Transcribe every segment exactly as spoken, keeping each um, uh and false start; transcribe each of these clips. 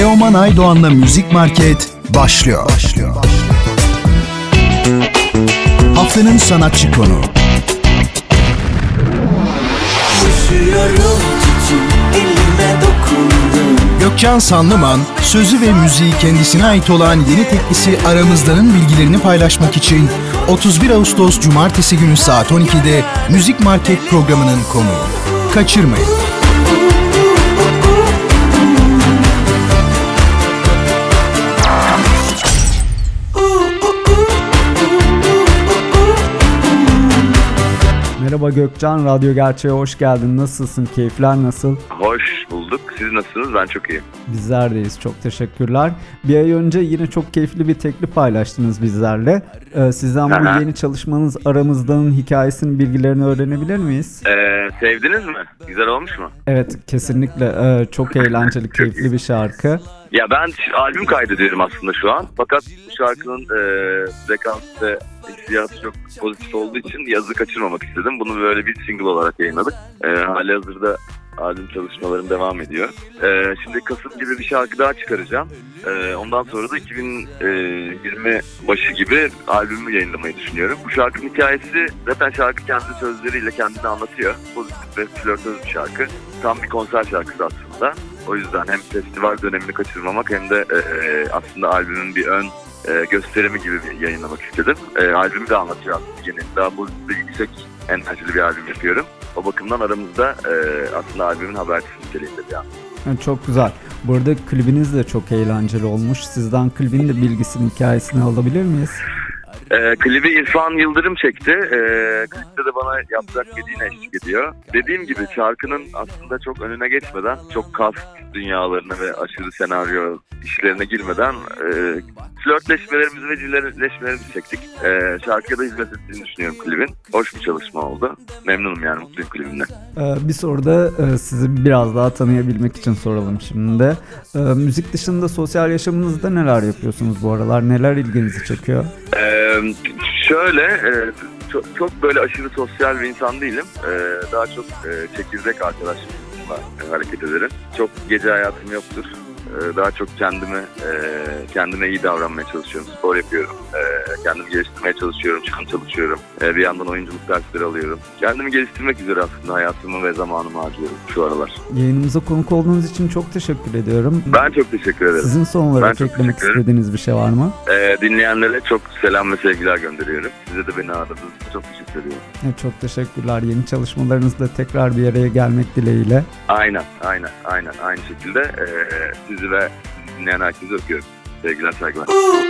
Teoman Aydoğan'la Müzik Market başlıyor. başlıyor. Haftanın sanatçı konuğu. Gökcan Sanlıman, sözü ve müziği kendisine ait olan yeni teklisi Aramızda'nın bilgilerini paylaşmak için otuz bir Ağustos Cumartesi günü saat on ikide Müzik Market programının konuğu. Kaçırmayın. Merhaba Gökcan, Radyo Gerçeğe hoş geldin. Nasılsın? Keyifler nasıl? Hoş bulduk. Siz nasılsınız? Ben çok iyiyim. Bizler deyiz. Çok teşekkürler. Bir ay önce yine çok keyifli bir teklif paylaştınız bizlerle. Ee, sizden bu Aha. yeni çalışmanız Aramızda'nın hikayesinin bilgilerini öğrenebilir miyiz? Ee, sevdiniz mi? Güzel olmuş mu? Evet, kesinlikle. Ee, çok eğlenceli, keyifli bir şarkı. Ya ben albüm kaydediyorum aslında şu an. Fakat bu şarkının e, frekans ve hissiyatı çok pozitif olduğu için yazı kaçırmamak istedim. Bunu böyle bir single olarak yayınladık. E, halihazırda albüm çalışmalarım devam ediyor. E, şimdi Kasım gibi bir şarkı daha çıkaracağım. E, ondan sonra da iki bin yirmi başı gibi albümü yayınlamayı düşünüyorum. Bu şarkının hikayesi zaten şarkı kendi sözleriyle kendini anlatıyor. Pozitif ve flörtöz bir şarkı. Tam bir konser şarkısı aslında. O yüzden hem festival dönemini kaçırmamak hem de e, aslında albümün bir ön e, gösterimi gibi bir yayınlamak istedim. E, albümü de anlatıyor aslında yine. Daha pozitif ve yüksek enerjili bir albüm yapıyorum. O bakımdan Aramızda e, aslında albümün habercisi niteliğinde bir an. Çok güzel. Bu arada klibiniz de çok eğlenceli olmuş. Sizden klibin de bilgisini, hikayesini alabilir miyiz? E, klibi İrfan Yıldırım çekti. E, klipte de bana yapacak dediğine eşlik ediyor. Dediğim gibi şarkının aslında çok önüne geçmeden, çok kast dünyalarına ve aşırı senaryo işlerine girmeden e, flörtleşmelerimizi ve cilleşmelerimizi çektik. E, şarkıya da hizmet ettiğini düşünüyorum klibin. Hoş bir çalışma oldu. Memnunum yani, mutluyum klibimle. Ee, bir soru da e, sizi biraz daha tanıyabilmek için soralım şimdi de. E, müzik dışında sosyal yaşamınızda neler yapıyorsunuz bu aralar? Neler ilginizi çekiyor? Ee, şöyle, e, çok, çok böyle aşırı sosyal bir insan değilim. Ee, daha çok e, çekirdek arkadaşlarımla hareket ederim. Çok gece hayatım yoktur. Ee, daha çok kendime e, kendime iyi davranmaya çalışıyorum. Spor yapıyorum. E, kendimi geliştirmeye çalışıyorum. Çıkın çalışıyorum. E, bir yandan oyunculuk dersleri alıyorum. Kendimi geliştirmek üzere aslında hayatımı ve zamanımı harcıyorum şu aralar. Yayınımıza konuk olduğunuz için çok teşekkür ediyorum. Ben çok teşekkür ederim. Sizin son olarak eklemek istediğiniz bir şey var mı? E, dinleyenlere çok selam ve sevgiler gönderiyorum. Size de beni aradığınız için çok teşekkür ediyorum. Evet, çok teşekkürler. Yeni çalışmalarınızda tekrar bir araya gelmek dileğiyle. Aynen, aynen, aynen. Aynı şekilde e, sizi ve dinleyen herkese öpüyorum. Sevgiler, saygılar.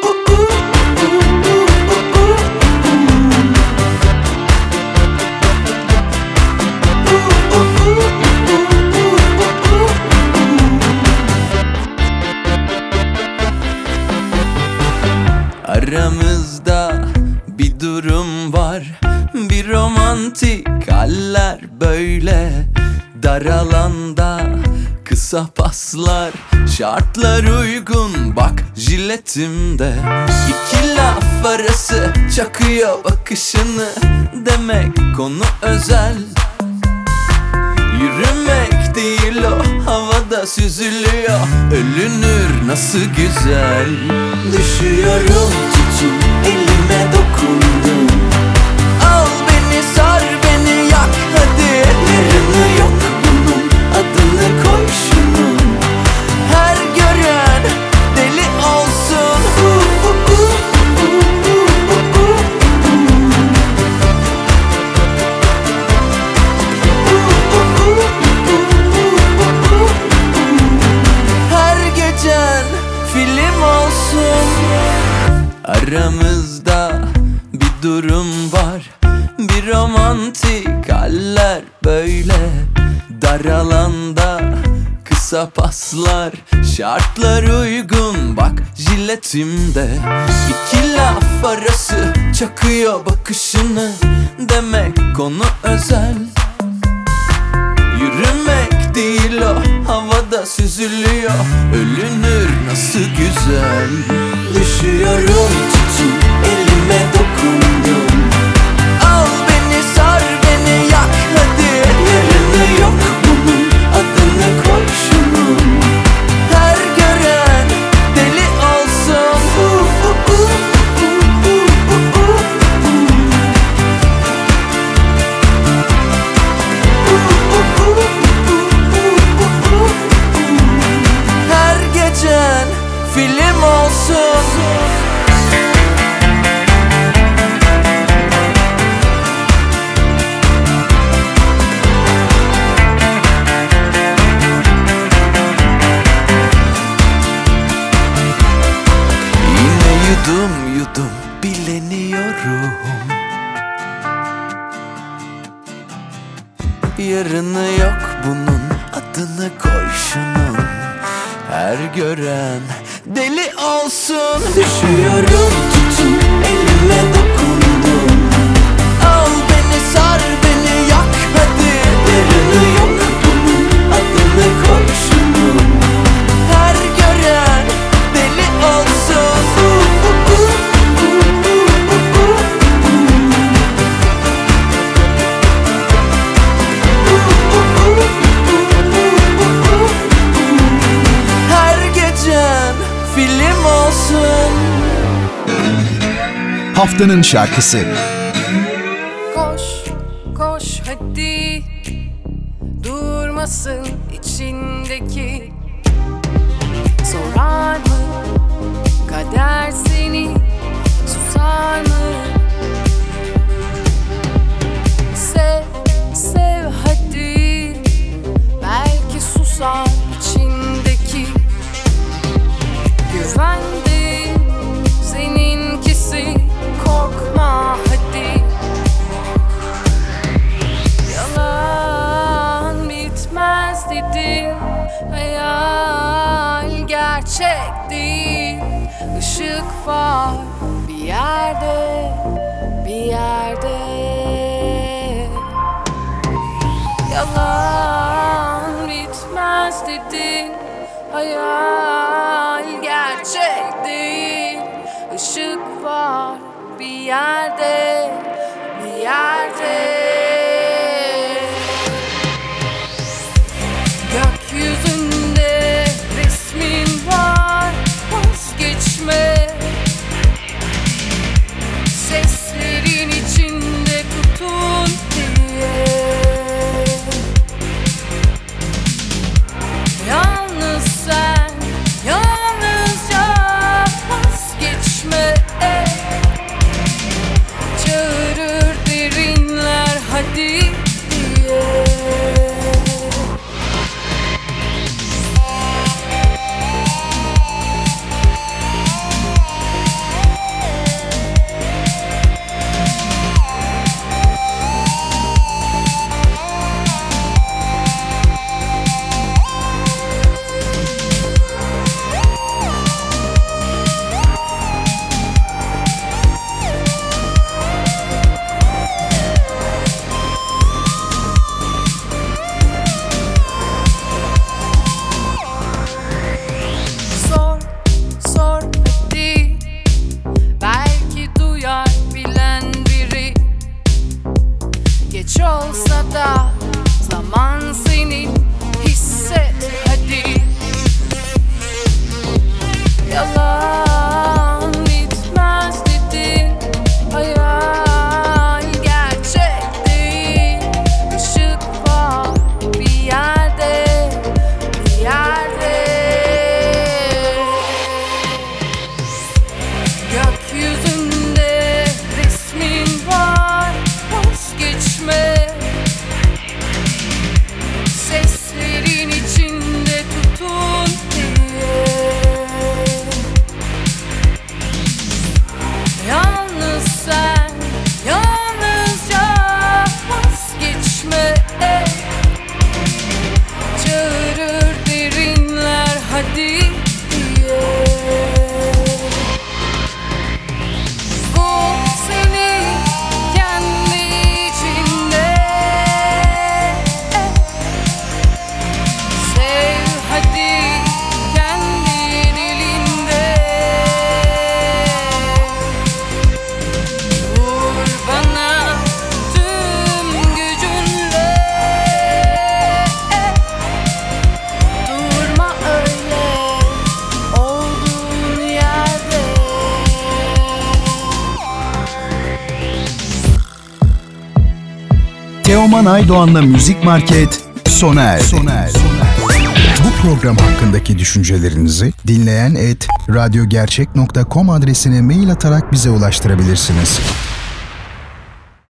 Aramızda bir durum var, bir romantik haller böyle. Dar alanda kısa paslar, şartlar uygun bak jiletimde. İki laf arası çakıyor bakışını, demek konu özel. Yürümek değil o, havada süzülüyor, ölünür nasıl güzel. Düşüyorum tutun, elime dokundun. Al beni, sar beni, yak hadi. Yarını yok bunun, adını koy şunun. Her gören deli olsun. Her gecen film olsun. Aramızda bir durum var, bir romantik haller böyle. Dar alanda kısa paslar, şartlar uygun bak jiletimde. İki laf arası çakıyor bakışını, demek konu özel. Yürümek değil o, havada süzülüyor, ölünür nasıl güzel. Düşüyorum tutun, elime dokundun. Al beni, sar beni, yak hadi. Yarını yok bunun, adını koy şunun. Her gören koy şunu, her gören deli olsun. Düşüyorum, tutun elime dokundum. Al beni, sar beni, yak hadi. Yarını yok bunun, adını koy şunun, her gören deli olsun. Her gecen film olsun. Haftanın şarkısı. Koş, koş hadi, durmasın içindeki. Sorar mı kader seni, susar mı? Sev, sev hadi, belki susar içindeki. Güvendi seninkisi, korkma hadi. Yalan bitmez dedim, hayal gerçek değil. Işık var bir yerde, bir yerde. Yalan bitmez dedin, hayal gerçek değil. Işık var bir yerde, bir yerde. Gökyüzünde resmin var, vazgeçme. Seslerin içinde tutun diye. Yalnız sen, yalnızca vazgeçme. Çağırır derinler hadi diye. Sor, sor hadi, belki duyar bilen biri. Geç olsa da zaman senin, hisset hadi. Yalan bitmez dedin, hayal gerçek değil. Işık var bir yerde, bir yerde. Gökyüzünde resmin var, vazgeçme. Seslerin içinde tutun diye. Yalnız sen, yalnızca vazgeçme. Çağırır derinler hadi diye. Bu seni kendi içinde. Sev hadi kendi elinde. Vur bana tüm gücünle. Durma öyle olduğun yerde. Teoman Aydoğan'la Müzik Market sona erdi. Sona erdi. Bu program hakkındaki düşüncelerinizi dinleyen et radyogercek nokta com adresine mail atarak bize ulaştırabilirsiniz.